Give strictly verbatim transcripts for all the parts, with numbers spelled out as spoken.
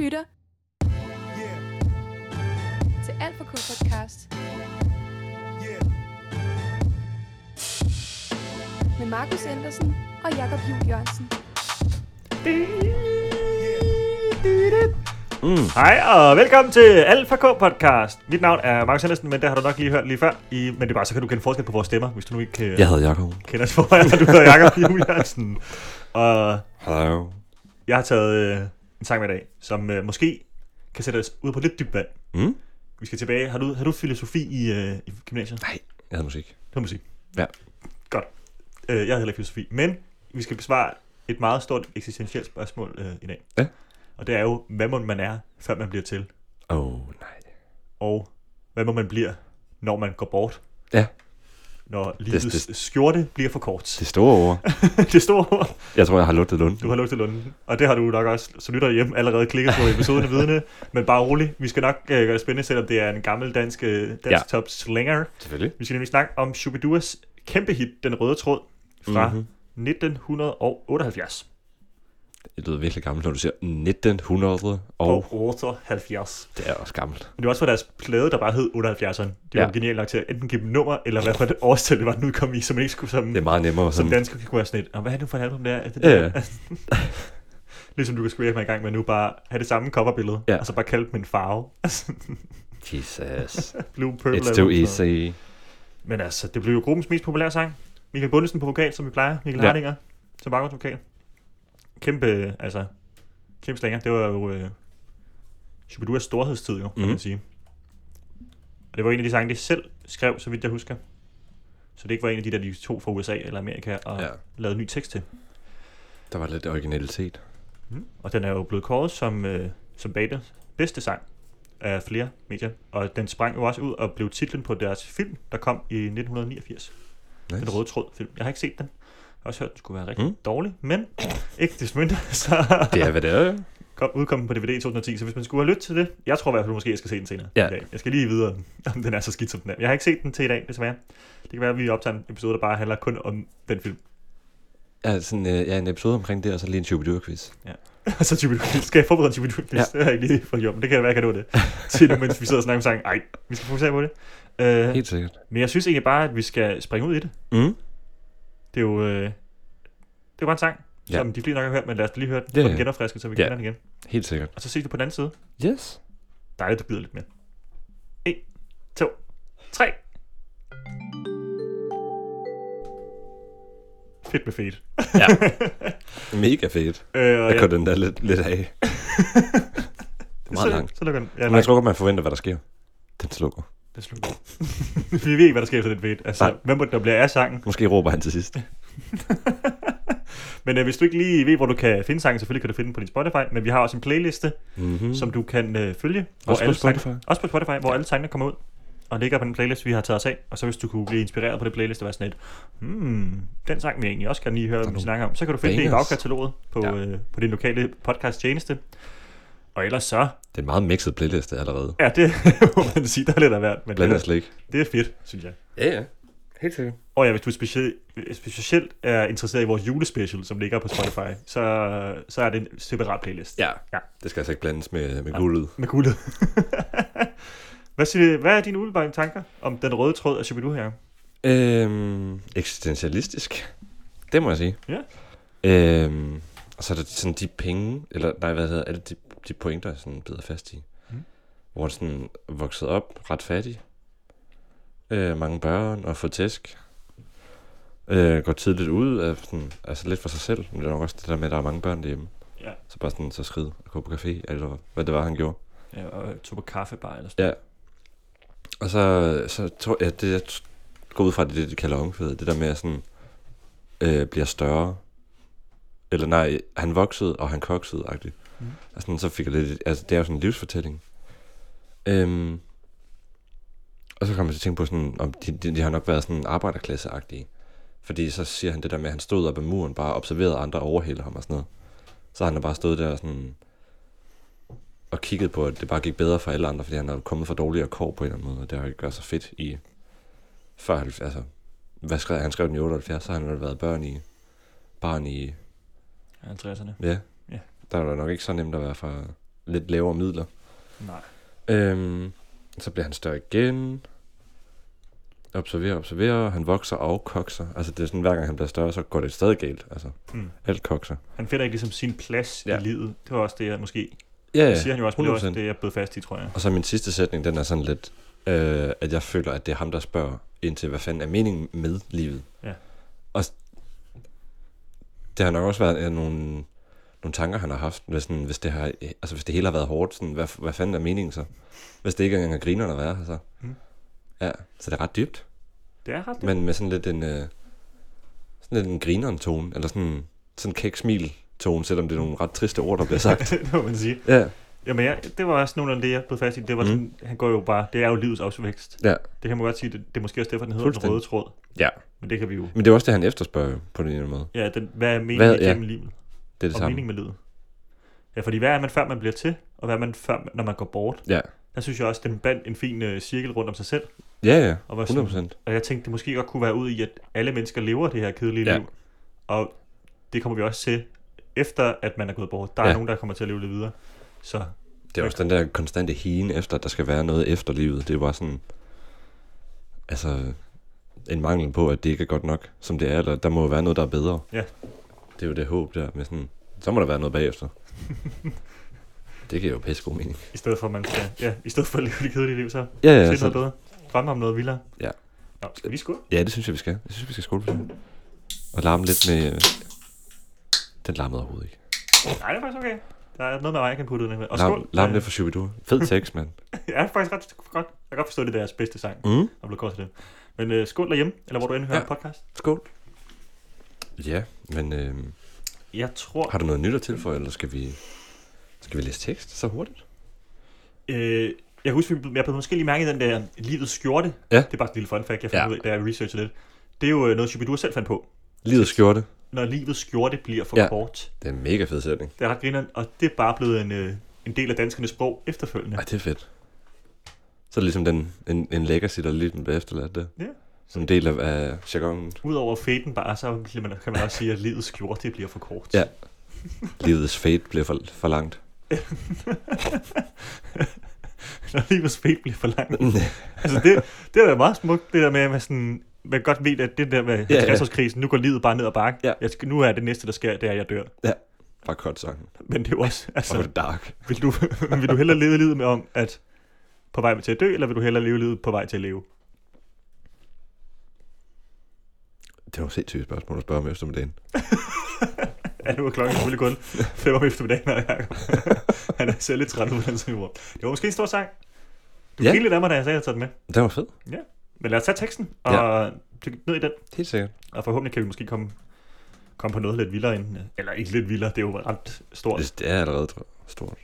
lytter til Alt for K podcast med Markus Andersen og Jakob Juhl Jørgensen. Mm. Hej og velkommen til Alt for K podcast. Mit navn er Markus Andersen, men det har du nok lige hørt lige før. I, men det er bare, så kan du kende forskel på vores stemmer, hvis du nu ikke uh, jeg hedder Jakob. kender os for, at du hedder Jakob Juhl Jørgensen. Og Hello. jeg har taget uh, en sang med i dag, som uh, måske kan sætte os ud på lidt dybt vand. Mm? Vi skal tilbage. Har du, har du filosofi i, uh, i gymnasiet? Nej, jeg havde musik. Det var musik. Ja. Godt. Uh, jeg havde heller ikke filosofi, men vi skal besvare et meget stort eksistentielt spørgsmål uh, i dag. Ja. Og det er jo, hvad må man er, før man bliver til? Åh, oh, nej. Og hvad må man bliver, når man går bort? Ja. Når livets det, det, skjorte bliver for kort. Det store ord. Det store ord. Jeg tror, jeg har lugtet lunden. Du har lugtet lunden. Og det har du nok også, så lytter hjemme, allerede klikket på episoden af vidne. Men bare rolig. Vi skal nok uh, gøre det spændende, selvom det er en gammel dansk, uh, dansk ja. top slinger. Selvfølgelig. Vi skal nemlig snakke om Shubiduas kæmpe hit, Den Røde Tråd, fra mm-hmm. nitten otteoghalvfjerds. Det lyder virkelig gammelt, når du siger nitten otteoghalvfjerds. Det er også gammelt. Men det var også for deres plade, der bare hed otteoghalvfjerdseren. Det var ja. genialt nok til at enten give dem nummer, eller hvad for et årstal det var, den udkom i, så man ikke skulle som... Det er meget nemmere. Som dansker kunne være sådan et, og hvad er det for et album, det er? Er det der? Ja. Ligesom du kan skrive mig i gang med nu, bare have det samme coverbillede, ja. og så bare kalde dem en farve. Jesus. Blue, purple. It's too easy. Men altså, det blev jo gruppens mest populære sang. Michael Bundesen på vokal, som vi plejer. Michael ja. Hardinger som baggrundsvokal. Kæmpe, altså, kæmpe slanger. Det var jo uh, Shubiduas storhedstid, jo, kan mm. man sige. Og det var en af de sange, de selv skrev, så vidt jeg husker. Så det ikke var en af de der, de tog fra U S A eller Amerika og ja. lavede ny tekst til. Der var lidt originalitet. Mm. Og den er jo blevet kåret som, uh, som Bates bedste sang af flere medier. Og den sprang jo også ud og blev titlen på deres film, der kom i nitten niogfirs. Nice. Den Røde Tråd film. Jeg har ikke set den. Jeg har også hørt, at den skulle være rigtig mm. dårlig, men ikke desto mindre, så det er, hvad det er, jo. Kom, udkom den på D V D i to tusind og ti, så hvis man skulle have lyttet til det, jeg tror i hvert fald, måske jeg skal se den senere ja. i dag. Jeg skal lige videre, om den er så skidt, som den er. Jeg har ikke set den til i dag, desværre. Det kan være, at vi optager en episode, der bare handler kun om den film. Ja, sådan, øh, ja en episode omkring det, og så lige en Shubidua-quiz. Ja. så Shubidua-quiz. Skal jeg forberede en Shubidua-quiz? Ja. Det har jeg ikke lige fået gjort, men det kan være, jeg kan nå det. Til nu, mens vi sidder og snakker om sangen. Ej, vi skal fokusere på det. Uh, Helt sikkert. Men jeg synes egentlig bare, at vi skal springe ud i det. Mm. Det er jo... Uh, Det var en sang, ja. som de fleste nok har hørt, men lad os lige høre den, yeah. den genopfrisket, så vi yeah. kender den igen. Helt sikkert. Og så ses vi på den anden side. Yes. Dejligt, du bider lidt mere. en, to, tre. Fedt med fedt. Ja. Mega fedt. Øh, jeg ja. kører den der lidt, lidt af. Det er meget langt. Så lukker den. Ja, men jeg tror godt, man forventer, hvad der sker. Den slukker. Den slukker. Vi ved ikke, hvad der sker efter den fedt. Altså, hvem må der bliver af sangen? Måske råber han til sidst. Men øh, hvis du ikke lige ved, hvor du kan finde sangen, selvfølgelig kan du finde den på din Spotify, men vi har også en playliste, mm-hmm. som du kan øh, følge. Også på Spotify? Sange, også på Spotify, hvor ja. alle sangene kommer ud og ligger på den playlist, vi har taget os af. Og så hvis du kunne blive inspireret på det playlist, og være sådan et, hmm, den sang vil jeg egentlig også gerne lige høre, hvad vi snakker om. Så kan du finde bangers. Det i bagkataloget på, ja. øh, på din lokale podcast tjeneste. Og ellers så... Det er en meget mixet playliste allerede. Ja, det må man sige, der er lidt af hvert. Men blandet slik. Det er fedt, synes jeg. Ja, ja. Helt sikkert. Og ja, hvis du specielt, specielt er interesseret i vores julespecial, som ligger på Spotify, så, så er det en separat playlist. Ja, ja. Det skal altså ikke blandes med, med guldet. Ja, med guldet. hvad, siger, hvad er dine umiddelbare tanker om Den Røde Tråd af Shubidua her? Øhm, eksistentialistisk. Det må jeg sige. Ja. Øhm, og så er der sådan de penge, eller nej, hvad hedder alle de, de pointer, jeg sådan bider fast i. Mm. Hvor han sådan vokset op ret fattig. Øh, mange børn og får tæsk. Øh, går tidligt ud af sådan, altså lidt for sig selv. Men det er nok også det der med, at der er mange børn derhjemme. Ja. Så bare sådan så skrid og gå på café, eller hvad det var, han gjorde. Ja, og tog på kaffebar eller sådan. Ja. Og så, så tror jeg, det jeg går ud fra, det det, de kalder ungføde. Det der med, at sådan øh, bliver større. Eller nej, han voksede, og han koksede-agtigt. Mm. Altså, så fik jeg lidt, altså det er jo sådan en livsfortælling. Øhm, Og så kommer man til at tænke på sådan, om de, de, de har nok været sådan arbejderklasse-agtige. Fordi så siger han det der med, at han stod op ad muren, bare observerede andre overhælde ham og sådan noget. Så har han bare stået der sådan og kigget på, at det bare gik bedre for alle andre, fordi han er kommet for dårligere kår på en eller anden måde, og det har ikke været så fedt i før, altså, hvad skrev han? skrev den i otteoghalvfjerds, så har han vel været børn i, barn i halvtredserne. Ja, ja. Der er det nok ikke så nemt at være fra lidt lavere midler. Nej. Øhm, så bliver han større igen. Observerer, observerer. Han vokser og kokser. Altså det er sådan, hver gang han bliver større, så går det stadig galt. Altså, Mm. alt kokser. Han finder ikke ligesom sin plads Ja. i livet. Det var også det, jeg måske... Ja, ja, Det siger han jo også, men det er også hundrede procent. det, jeg er blevet fast i, tror jeg. Og så min sidste sætning, den er sådan lidt, øh, at jeg føler, at det er ham, der spørger ind til, hvad fanden er meningen med livet. Ja. Og s- det har nok også været øh, nogle, nogle tanker, han har haft, hvis, sådan, hvis, det har, altså, hvis det hele har været hårdt. Sådan, hvad, hvad fanden er meningen så? Hvis det ikke engang er grinerne at være her, så. Mm. Ja, så det er ret dybt. Det er ret. Men med sådan lidt en, øh, sådan lidt en grineren tone, eller sådan, sådan en kæk-smil tone, selvom det er nogle ret triste ord, der bliver sagt. Det må man sige. Ja, Jamen, ja, det var også nogle af det, jeg blev fast i. Det var Mm. sådan, han går jo bare... Det er jo livets afvækst. ja, Det kan man godt sige, det, det er måske også derfor, den hedder den Fuldstændig. røde tråd. ja. Men det kan vi jo... Men det er også det, han efterspørger jo, på den ene måde. Ja, den, hvad er meningen Hvad- igennem ja. livet? Det er det Og samme. mening med livet. Ja, fordi hvad er man, før man bliver til? Og hvad er man, før, når man går bort? Ja, Der synes jeg også, den bandt en fin uh, cirkel rundt om sig selv. ja, ja. Og, var hundrede sådan, procent. og jeg tænkte, det måske godt kunne være ud i, at alle mennesker lever det her kedelige Ja. liv. Og det kommer vi også til, efter at man er gået bort. Der er Ja. nogen, der kommer til at leve det videre. Så Det er også den der konstante hien efter, at der skal være noget efter livet. Det er bare sådan, altså, en mangel på, at det ikke er godt nok, som det er. Eller der må jo være noget, der er bedre. Ja. Det er jo det håb der med sådan, så må der være noget bagefter. Det giver jo pisse god mening. i stedet for, at man skal, ja, i stedet for at leve det kedelige liv, så Ja, ja, ja, se noget så, bedre. Drømme om noget vildere. Ja. Nå, skal vi skåle? ja, det synes jeg, vi skal. Jeg synes, vi skal skåle på det. Og larme lidt med... Den larmede overhovedet ikke. Nej, det er faktisk okay. Der er noget med mig, jeg kan putte ud med. Og skål. Larm, larm lidt for Shubidoo. Fed tekst, mand. Ja, det er faktisk ret godt. Jeg kan godt forstå, det er deres bedste sang. Mm. Og blevet kort til det. Men uh, skål derhjemme, eller hvor du end hører Ja. ja. podcast. Skål. Ja, men øh, Jeg tror... har du noget nyt at tilføje, eller skal vi, skal vi læse tekst så hurtigt? Øh, jeg kan huske, vi- jeg blev måske lige mærke i den der livets skjorte. Ja. Det er bare et lille fun fact, jeg fandt Ja. ud af, da jeg researchede lidt. Det er jo øh, noget, Shubidua selv fandt på. Livets skjorte. Når livets skjorte bliver for Ja. ja. kort. Det er en mega fed sætning. Det er ret grineren, og det er bare blevet en, øh, en del af danskernes sprog efterfølgende. Ej, det er fedt. Så er det ligesom den, en, en legacy, der lige bliver efterladt der. Ja. Som en del af, af jargonen. Udover faden bare, så kan man, kan man også sige, at livets skjorte bliver for kort. Ja. Livets fate bliver for, for langt. Når livets fade bliver for langt. Altså det, det er da meget smukt, det der med, at man, sådan, man godt ved, at det der med Ja, ja. halvtreds-årskrisen, nu går livet bare ned ad bakke. Ja. Jeg skal, nu er det næste, der sker, det er, at jeg dør. Bare kort sangen. Men det er jo også, altså, Og dark. vil du, vil du hellere leve livet med om, at på vej til at dø, eller vil du hellere leve livet på vej til at leve? Det var et sindssygt spørgsmål at spørge om eftermiddagen. Ja, nu er klokken selvfølgelig kun fem om eftermiddagen, og Jacob. Han er selv lidt træt ud på den sådan ord. Det var måske en stor sang. Du Ja. ja. lidt af mig, da jeg sagde, at jeg taget den med. Den var fed. Men lad os tage teksten og dykke ned i den. Helt sikkert. Og forhåbentlig kan vi måske komme, komme på noget lidt vildere end... Eller ikke lidt vildere, det er jo ret stort. Det, det er allerede tro- stort.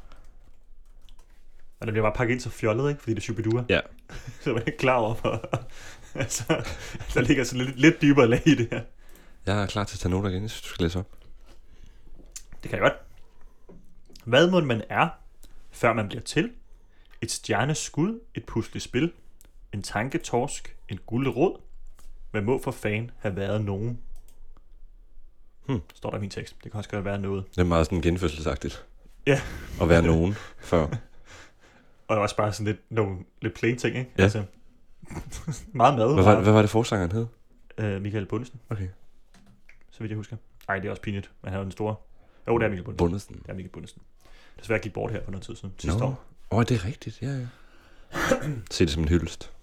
Og det bliver bare pakket ind så fjollet, ikke? Fordi det er Shubidua. Ja. Så man er ikke klar over, for, altså, der ligger sådan lidt, lidt dybere lag i det her. Jeg er klar til at tage noter igen, hvis du skal læse op. Det kan jeg godt. Hvad må man er, før man bliver til? Et stjerneskud, et puslespil, en tanketorsk, en gulderod. Hvad må for fan have været nogen? Hmm. Står der i min tekst. Det kan også godt være noget. Det er meget sådan genfødselsagtigt. Ja. At være nogen før. Og også bare sådan lidt, nogle, lidt plain ting, ikke? Ja. Altså, meget mad. Hvad var, hvad var det forsangeren hed? Øh, Michael Bundesen, Okay. så vidt jeg husker. Ej, det er også pinligt. Man har jo den store. Jo, det er Michael Bundesen. Bundesen. Det er Michael Bundesen. Desværre gik bort her for noget tid siden. Sidste Nå. år. Åh, oh, det er rigtigt. Ja, ja. Se det som en hyldest.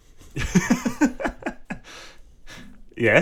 Ja.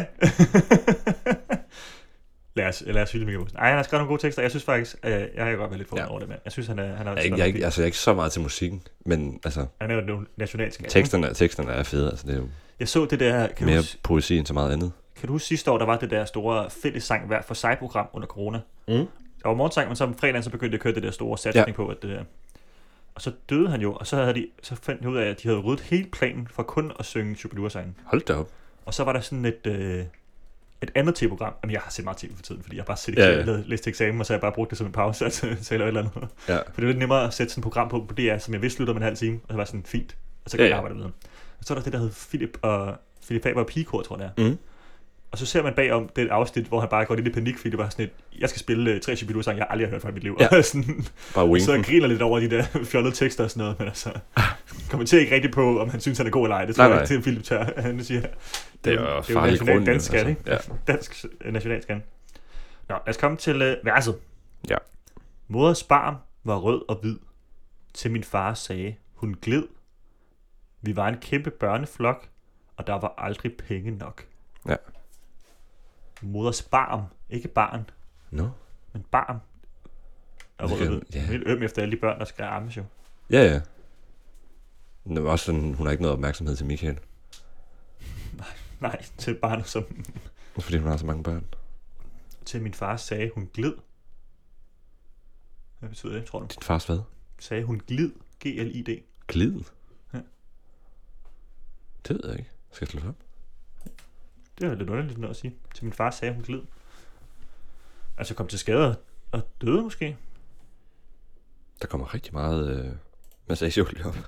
lad os, lad os hylde Michael Bundesen. Ej, han har skrevet nogle gode tekster. Jeg synes faktisk, øh, jeg kan godt være lidt forundret Ja. over det, mand. Jeg synes, han er... Han er, Jeg er, ikke, jeg, er ikke, altså, jeg er ikke så meget til musikken, men altså, han er jo nogle nationalsk. teksterne, teksterne er fede. Altså, det er jo Jeg så det der... Kan du, mere huske, poesi end så meget andet. kan du huske sidste år, der var det der store fællessang hver for sig program under corona? Mm. Der var morgensang, men så om fredagen, så begyndte de at køre det der store satsning ja. på, at det der... Og så døde han jo, og så, havde de, så fandt de ud af, at de havde ryddet hele planen for kun at synge Shubidua-sangen. Hold da op. Og så var der sådan et, øh, et andet tv-program. Jamen, jeg har set meget tv for tiden, fordi jeg har bare set Ja, eksamen, ja. ja. læst til eksamen, og så har jeg bare brugt det som en pause til, til at lave et eller andet. Ja. For det er lidt nemmere at sætte sådan et program på, på D R, som jeg vidste slutter om en halv time, og så var sådan fint, og så kan Ja, jeg ja. arbejde videre. Og så er der det, der hed Philip og Philip Faber og Pigekor, tror jeg det er. Mm. Og så ser man bagom det afsnit, hvor han bare går lidt i panik, fordi det var sådan et, jeg skal spille uh, tre Shibidua-sange, jeg aldrig har hørt fra i mit liv. Ja. Og sådan, Bare winken. så griner lidt over de der fjollede tekster og sådan noget, men altså, kommenterer ikke rigtig på, om han synes, han er god eller ej. Det tror Nej, jeg nej. ikke, det er Philip Tør. Han siger, Det er jo det er farlig national grund. dansk skat, ikke? Ja. Dansk øh, nationalskat. Nå, lad os komme til uh, verset. Ja. Moders barm var rød og hvid. Til min far sagde, hun gled. Vi var en kæmpe børneflok, og der var aldrig penge nok. Ja. Moders barm, ikke barn, Nå. men barm. Og Det kan- rød og hvid. ja. Helt øm efter alle de børn, der skal ammes jo. Ja, ja. Det var også sådan, hun har ikke noget opmærksomhed til Michael. Nej, til barnet, som Fordi hun har så mange børn. til min far sagde, hun glid. Hvad betyder det, tror du? Din fars hvad? Sagde hun glid, G L I D. Glid? Ja. Det ved jeg ikke. Skal jeg slå det op? Det var lidt underligt noget at sige. Til min far sagde, hun glid. Altså kom til skade og døde måske. Der kommer rigtig meget øh, massageolie op.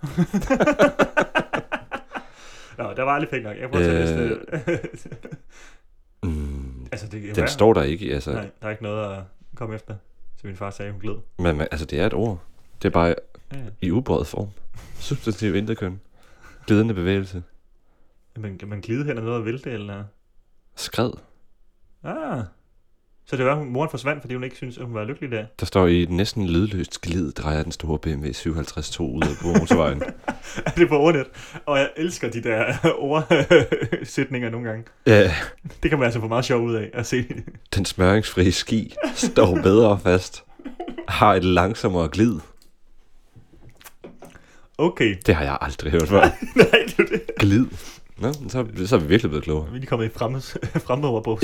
Nå, der var aldrig penge nok. Jeg prøver at tage Øh, næste. Mm, Altså, det kan den være. står der ikke, altså. Nej, der er ikke noget at komme efter. Til min far sagde, hun gled. Men, men altså, det er et ord. Det er bare Ja, ja. i ubåret form. Substantiv interkøn. Glidende bevægelse. Men kan man glide hen og noget at vælte, eller? Skred. Ah. Så det var, at moren forsvandt, fordi hun ikke synes, at hun var lykkelig der. Der står i et næsten lydløst glid, drejer den store B M W syvoghalvtreds to ud af motorvejen. Er det på ordnet? Og jeg elsker de der ordsætninger nogle gange. Ja, Det kan man altså få meget sjov ud af at se. den smøringsfrie ski står bedre fast. Har et langsommere glid. Okay. Det har jeg aldrig hørt før. Nej, det er det. Glid. Nå, så, så er vi virkelig blevet klogere. Vi er lige kommet i fremmedordbogs.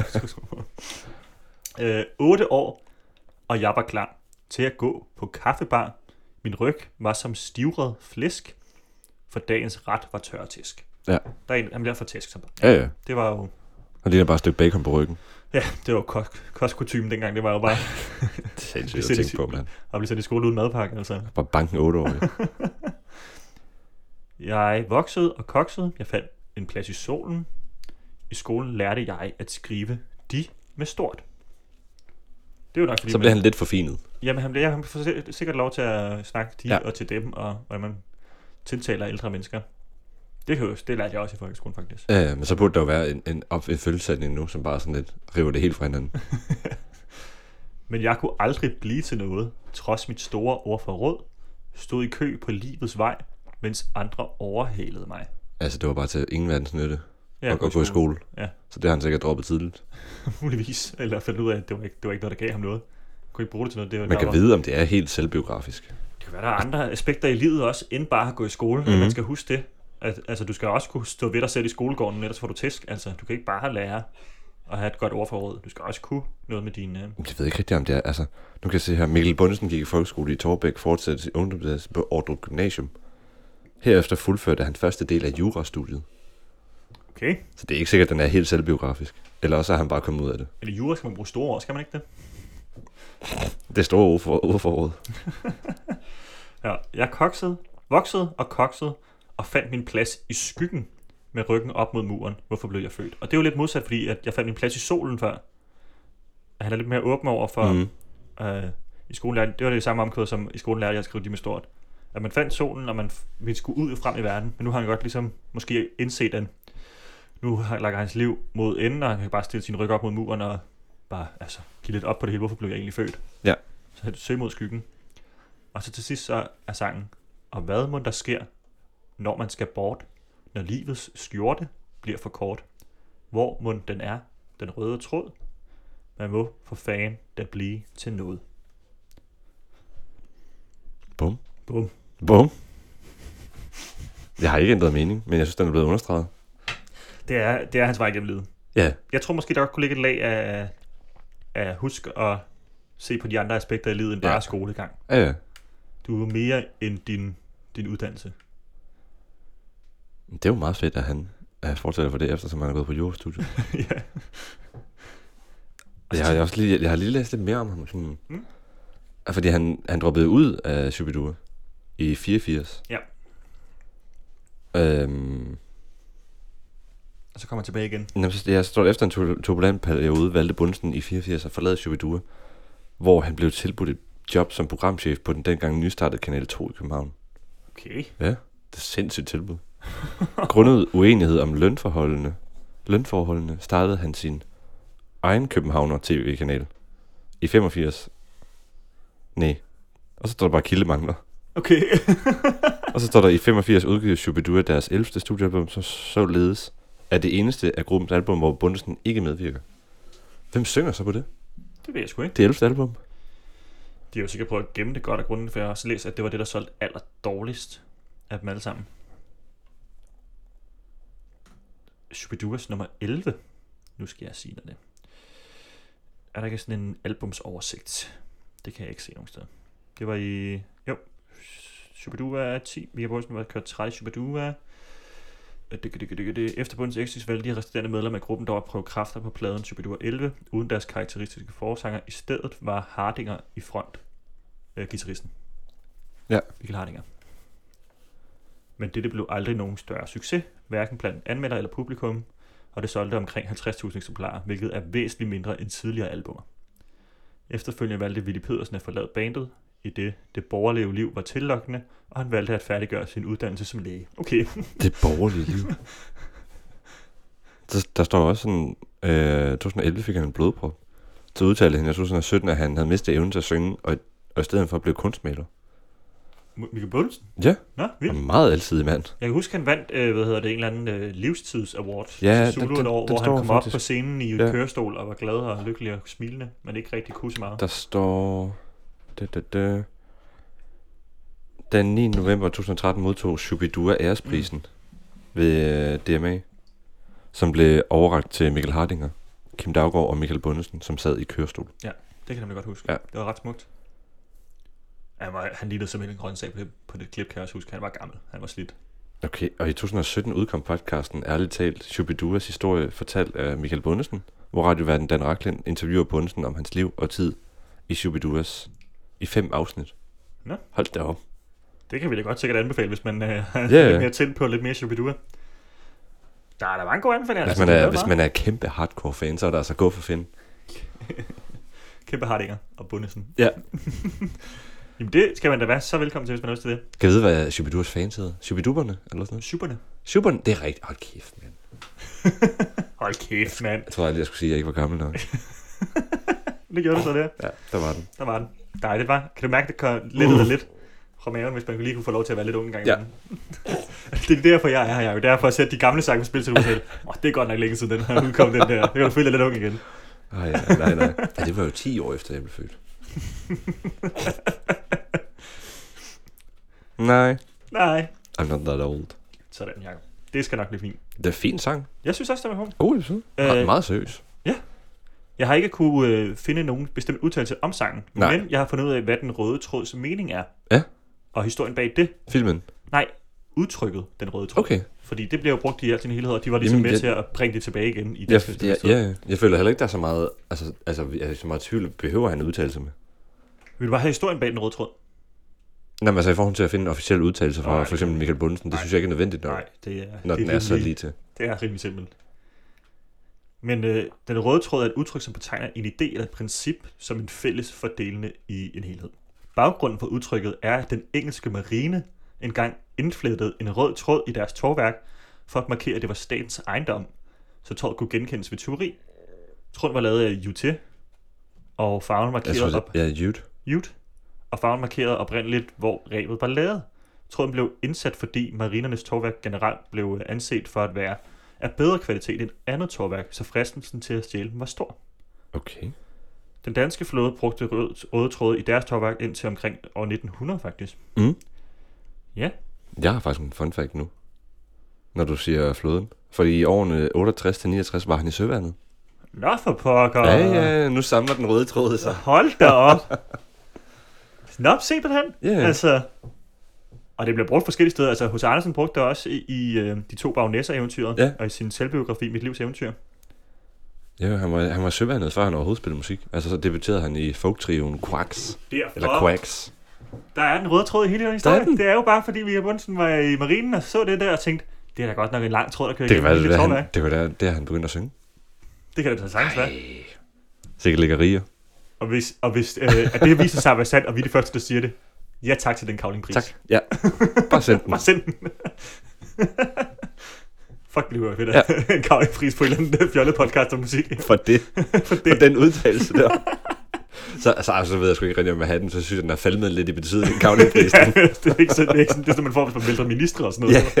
øh, otte år, og jeg var klar til at gå på kaffebar. Min ryg var som stivret flæsk, for dagens ret var tørtisk. Ja. Der er en, han bliver for tæsk. Som Ja, ja. Det var jo, Og det er bare et stykke bacon på ryggen. ja, det var kost, kostkutymen dengang. Det var jo bare Det er sindssygt Det at er tænke på, mand. at blive sendt i skole uden madpakke. Altså. Bare banken otte år. Jeg voksede og koksede. Jeg fandt en plads i solen. I skolen lærte jeg at skrive de med stort. Det er jo nok fordi, Så bliver han lidt forfinet. Jamen, han bliver han får si- sikkert lov til at snakke de Ja. ja. og til dem, og hvordan man tiltaler ældre mennesker. Det, kan jo, det lærte jeg også i folkeskolen, faktisk. Ja, ja, men så burde der jo være en, en, op, en følgesætning nu, som bare sådan lidt river det helt fra hinanden. Men jeg kunne aldrig blive til noget, trods mit store ordforråd. Stod i kø på livets vej, mens andre overhalede mig. Altså, det var bare til ingen verdens nytte Ja, at gå i skole. Ja, Så det har han sikkert droppet tidligt. muligvis. Eller fandt ud af, at det var ikke, det var ikke noget, der gav ham noget. Jeg kunne ikke bruge det til noget. Det var, Man der kan var, vide, om det er helt selvbiografisk. Det kan være, der er andre aspekter i livet også, end bare at gå i skole. Mm-hmm. Mhm. Man skal huske det. At, altså, du skal også kunne stå ved dig selv i skolegården, ellers får du tæsk. Altså, du kan ikke bare lære at have et godt ordforråd. Du skal også kunne noget med dine... Jeg ved ikke rigtig, om det er. Altså, nu kan jeg se her, Mikkel Bundesen gik i folkeskole i Torbæk, fortsatte sin ungdomsuddannelse på Ordrup Gymnasium. Herefter fuldførte han første del af jurastudiet. Okay. Så det er ikke sikkert, at den er helt selvbiografisk. Eller også er han bare kommet ud af det. Eller jura skal man bruge store ord, skal man ikke det? Det er store ord for, ordforråd. Ja, jeg koksede, voksede og koksede og fandt min plads i skyggen med ryggen op mod muren. Hvorfor blev jeg født? Og det er jo lidt modsat, fordi at jeg fandt min plads i solen før. Han er lidt mere åben over for... Mm. Øh, i skolen lærte, det var det samme omkvæd, som i skolen lærte jeg at skrive de med stort. At man fandt solen, og man f- vi skulle ud og frem i verden. Men nu har han godt ligesom måske indset den. Nu har lagt hans liv mod enden, og han kan bare stille sin ryg op mod muren og bare altså, give lidt op på det hele. Hvorfor blev jeg egentlig født? Ja. Så han søg mod skyggen. Og så til sidst så er sangen, og hvad må der sker, når man skal bort, når livets skjorte bliver for kort? Hvor må den er, den røde tråd? Man må for fan da blive til noget. Bum. Bum. Bum. Jeg har ikke ændret mening, men jeg synes, den er blevet understreget. Det er, det er hans vej gennem livet. Ja. Jeg tror måske, der godt kunne ligge et lag af, af husk at se på de andre aspekter i livet, end bare Ja. skolegang. Ja, ja. Du er mere end din, din uddannelse. Det er jo meget fedt, at han er fortsætter for det, eftersom han er gået på jurastudiet. Ja. Jeg har, jeg, har også lige, jeg har lige læst lidt mere om ham. Sådan, Mm. fordi han, han droppede ud af Shibidua i fireogfirs. Ja. Øhm, Og så kommer han tilbage igen. Jamen, så- jeg står efter en tur- turbulent periode, valgte Bundesen i fireogfirs at forlade Shubidua, hvor han blev tilbudt et job som programchef på den dengang nystartede Kanal to i København. Okay. Ja, det er sindssygt tilbud. Grundet uenighed om lønforholdene, lønforholdene startede han sin egen Københavner T V-kanal i femogfirs. Nej. Og så står der bare kildemangler. Okay. Og så står der i femogfirs udgivet Shubidua deres ellevte studiealbum, som således er det eneste af gruppens album, hvor Bundesen ikke medvirker. Hvem synger så på det? Det ved jeg sgu ikke. Det ellevte album? De har jo sikkert prøvet at gemme det godt af grunden, for jeg har også læst, at det var det, der solgte aller dårligst af dem alle sammen. Shubiduas nummer elleve. Nu skal jeg sige dig det. Er der ikke sådan en albumsoversigt? Det kan jeg ikke se nogen steder. Det var i... Jo. Shubidua ti. Vi har både været kørt tredive Shubidua. Efter Bundens exit valgte de resterende medlemmer af gruppen dog at prøve kræfter på pladen Shubidua elleve, uden deres karakteristiske forsanger. I stedet var Hardinger i front. Øh, guitaristen. Ja. Michael Hardinger. Men dette blev aldrig nogen større succes, hverken blandt anmelder eller publikum, og det solgte omkring halvtreds tusind eksemplarer, hvilket er væsentligt mindre end tidligere albumer. Efterfølgende valgte Willy Pedersen at forlade bandet, i det det borgerlige liv var tillokkende, og han valgte at færdiggøre sin uddannelse som læge. Okay. Det borgerlige liv. Der, der står også sådan, øh, to tusind og elleve fik han en blodprop. Så udtalte han i to tusind og sytten, at han havde mistet evnen til at synge, og, og i stedet for at blive kunstmaler. Michael Bundesen? Ja, Nå, og vildt. en meget alsidig mand. Jeg kan huske, han vandt, øh, hvad hedder det, en eller anden øh, livstids-award Ja, til Zulu den- et år, den hvor han står kom faktisk. op på scenen i Ja. ja. kørestol og var glad og lykkelig og smilende, men ikke rigtig kunne så meget. Der står... Da, da, da. Den niende november to tusind og tretten modtog Shubidua æresprisen mm. ved øh, D M A, som blev overrakt til Michael Hardinger, Kim Daugaard og Michael Bundesen, som sad i kørestol. Det kan jeg nemlig godt huske. Ja. Det var ret smukt. Han, var, han lignede simpelthen en grøn sag på det, på det klip, kan jeg også huske. Han var gammel. Han var slidt. Okay, og i to tusind og sytten udkom podcasten Ærligt talt Shubiduas historie fortalt af Michael Bundesen, hvor radioverden Dan Rachlin interviewer Bundesen om hans liv og tid i Shubiduas i fem afsnit. Nå. Hold da op. Det kan vi da godt sikkert anbefale, hvis man øh, er Ja. lidt mere tændt på lidt mere Shubidua. Der er der mange gode anbefalinger. Hvis altså, man det er, glad hvis for. man er kæmpe hardcore fan, så er der altså gå for Finn. Kæmpe Hardinger og Bundesen. Ja. Jamen det skal man da være så velkommen til, hvis man har lyst til det. Kan jeg vide, hvad Shubiduas fans hedder? Shubiduberne, eller sådan noget? Superne. Shuberne, det er rigtigt. Hold kæft, mand. Hold kæft, mand. Jeg tror aldrig, jeg skulle sige, at jeg ikke var gammel nok. Det gjorde du så der. Ja, der var den. Der var den. Nej, det var. Kan du mærke, det kom lidt uh. lidt fra maven, hvis man lige kunne få lov til at være lidt ung en gang Ja. imellem? Det er derfor, jeg er her. Jeg er jo derfor at sætte de gamle sange på spil til du selv. Åh, det er godt nok længe siden, den her udkom, den der. Det kan du føle dig lidt ung igen. Nej, nej, nej, nej. Ja, det var jo ti år efter, jeg blev født. Nej. Nej. I'm not that old. Sådan, Jacob. Det skal nok blive fint. Det er en fin sang. Jeg synes også, det var hun. God episode. Øh, Øh, meget seriøs. Jeg har ikke kunne øh, finde nogen bestemt udtalelse om sangen, Nej. men jeg har fundet ud af, hvad den røde tråds mening er. Ja. Og historien bag det. Filmen. Nej, udtrykket, den røde tråd. Okay. Fordi det bliver jo brugt i al sin helhed, og de var ligesom Jamen, med jeg- til at bringe det tilbage igen i Jeg, det. ja, ja, ja. Jeg føler heller ikke, der er så meget, altså, altså jeg er så meget tvivl, behøver han udtalelse med. Vil du bare have historien bag den røde tråd? Nå, men altså i forhold til at finde en officiel udtalelse fra Nej, for eksempel Michael Bundesen, det nej. synes jeg ikke er nødvendigt nok, Nej, det er, når det den er så rimelig- lige til. Det er rimelig simpelt. Men øh, den røde tråd er et udtryk, som betegner en idé eller et princip som en fælles fordelende i en helhed. Baggrunden for udtrykket er, at den engelske marine engang indflettede en rød tråd i deres tovværk for at markere, at det var statens ejendom, så tråd kunne genkendes ved tyveri. Tråden var lavet af jute, og farven Jeg markerede tror, op det er jute. jute, og farven markerede oprindeligt, hvor rebet var lavet. Tråden blev indsat, fordi marinernes tovværk generelt blev anset for at være af bedre kvalitet end andet tovværk, så fristelsen til at stjæle dem var stor. Okay. Den danske flåde brugte rød, røde tråde i deres tovværk indtil omkring år nitten hundrede faktisk. Mm. Ja. Jeg har faktisk en fun fact nu, når du siger flåden. Fordi i årene otteogtres til niogtres var han i søværnet. Nå for pokker. Ja, ja, nu samler den røde tråd sig. Hold da op. Nå, se på den. Ja. Altså, og det bliver brugt forskellige steder. Altså, H C. Andersen brugte det også i, i øh, de to baronesser-eventyret, Ja. og i sin selvbiografi, Mit livs eventyr. Ja, han var, han var søværnet, før han overhovedet spillede musik. Altså, så debuterede han i folktrioen Quacks. Derfor, Eller Quacks. der er den røde tråd i hele den historie. den. Det er jo bare, fordi Michael Bundesen var i marinen og så det der og tænkte, Det er da godt nok en lang tråd, der kører Det kan være, det, igennem. det, tror han, jeg. det kan være, det er han begyndt at synge. Det kan det da sagtens være. Sikkert lækkerier. Og hvis, og hvis øh, at det viser sig at være sandt, og vi er de første, der siger det, ja tak til den kavlingpris. Tak. Ja. Bare send den. Bare send den. Fuck, det bliver fedt, at ja. En kavlingpris på en eller anden fjollet podcast om musik. For det. For det. For den udtalelse der. Så, altså, altså, så ved jeg sgu ikke rigtig om at have den, så synes jeg, den er falmet lidt i betydning. Kavlingprisen. Ja, det er ikke sådan, det er ikke sådan, det er sådan, man får, hvis man vælter ministre og sådan noget. Ja.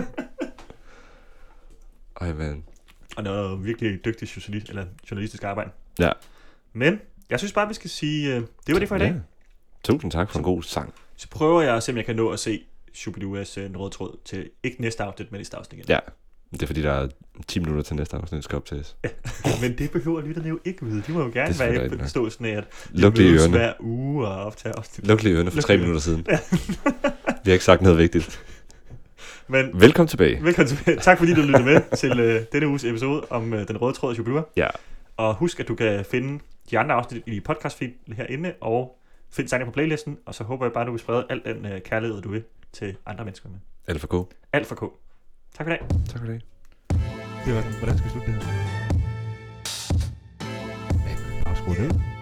Ej, man. Og noget virkelig dygtig journalist, eller journalistisk arbejde. Ja. Men jeg synes bare, vi skal sige, øh, det var det for i dag. Ja. Tusind tak for en god sang. Så prøver jeg at se, om jeg kan nå at se Shubiduas øh, røde tråd til, ikke næste afsnit, men næste afsnit igen. Ja. Det er fordi, der er ti minutter til næste afsnit, skal optages. Ja. Men det behøver lytterne jo ikke vide. De må jo gerne Det er være selvfølgelig i rigtigt. forståelsen af, at Luk de lige mødes ørerne. hver uge og optager afsnit. Luk lige ørerne for Luk tre lige minutter siden. Ja. Vi har ikke sagt noget vigtigt. Men Velkommen tilbage. velkommen tilbage. Tak fordi du lyttede med til øh, denne uges episode om øh, den røde tråd af Shubidua. Ja. Og husk, at du kan finde de andre afsnit i podcastfeed herinde, og find sangen på playlisten, og så håber jeg bare, at du vil sprede al den øh, kærlighed, du vil til andre mennesker med. Alt for god. Alt for K. Tak for i dag. Tak for det. Det var den. Hvordan skal vi slutte det her? Afskru ned.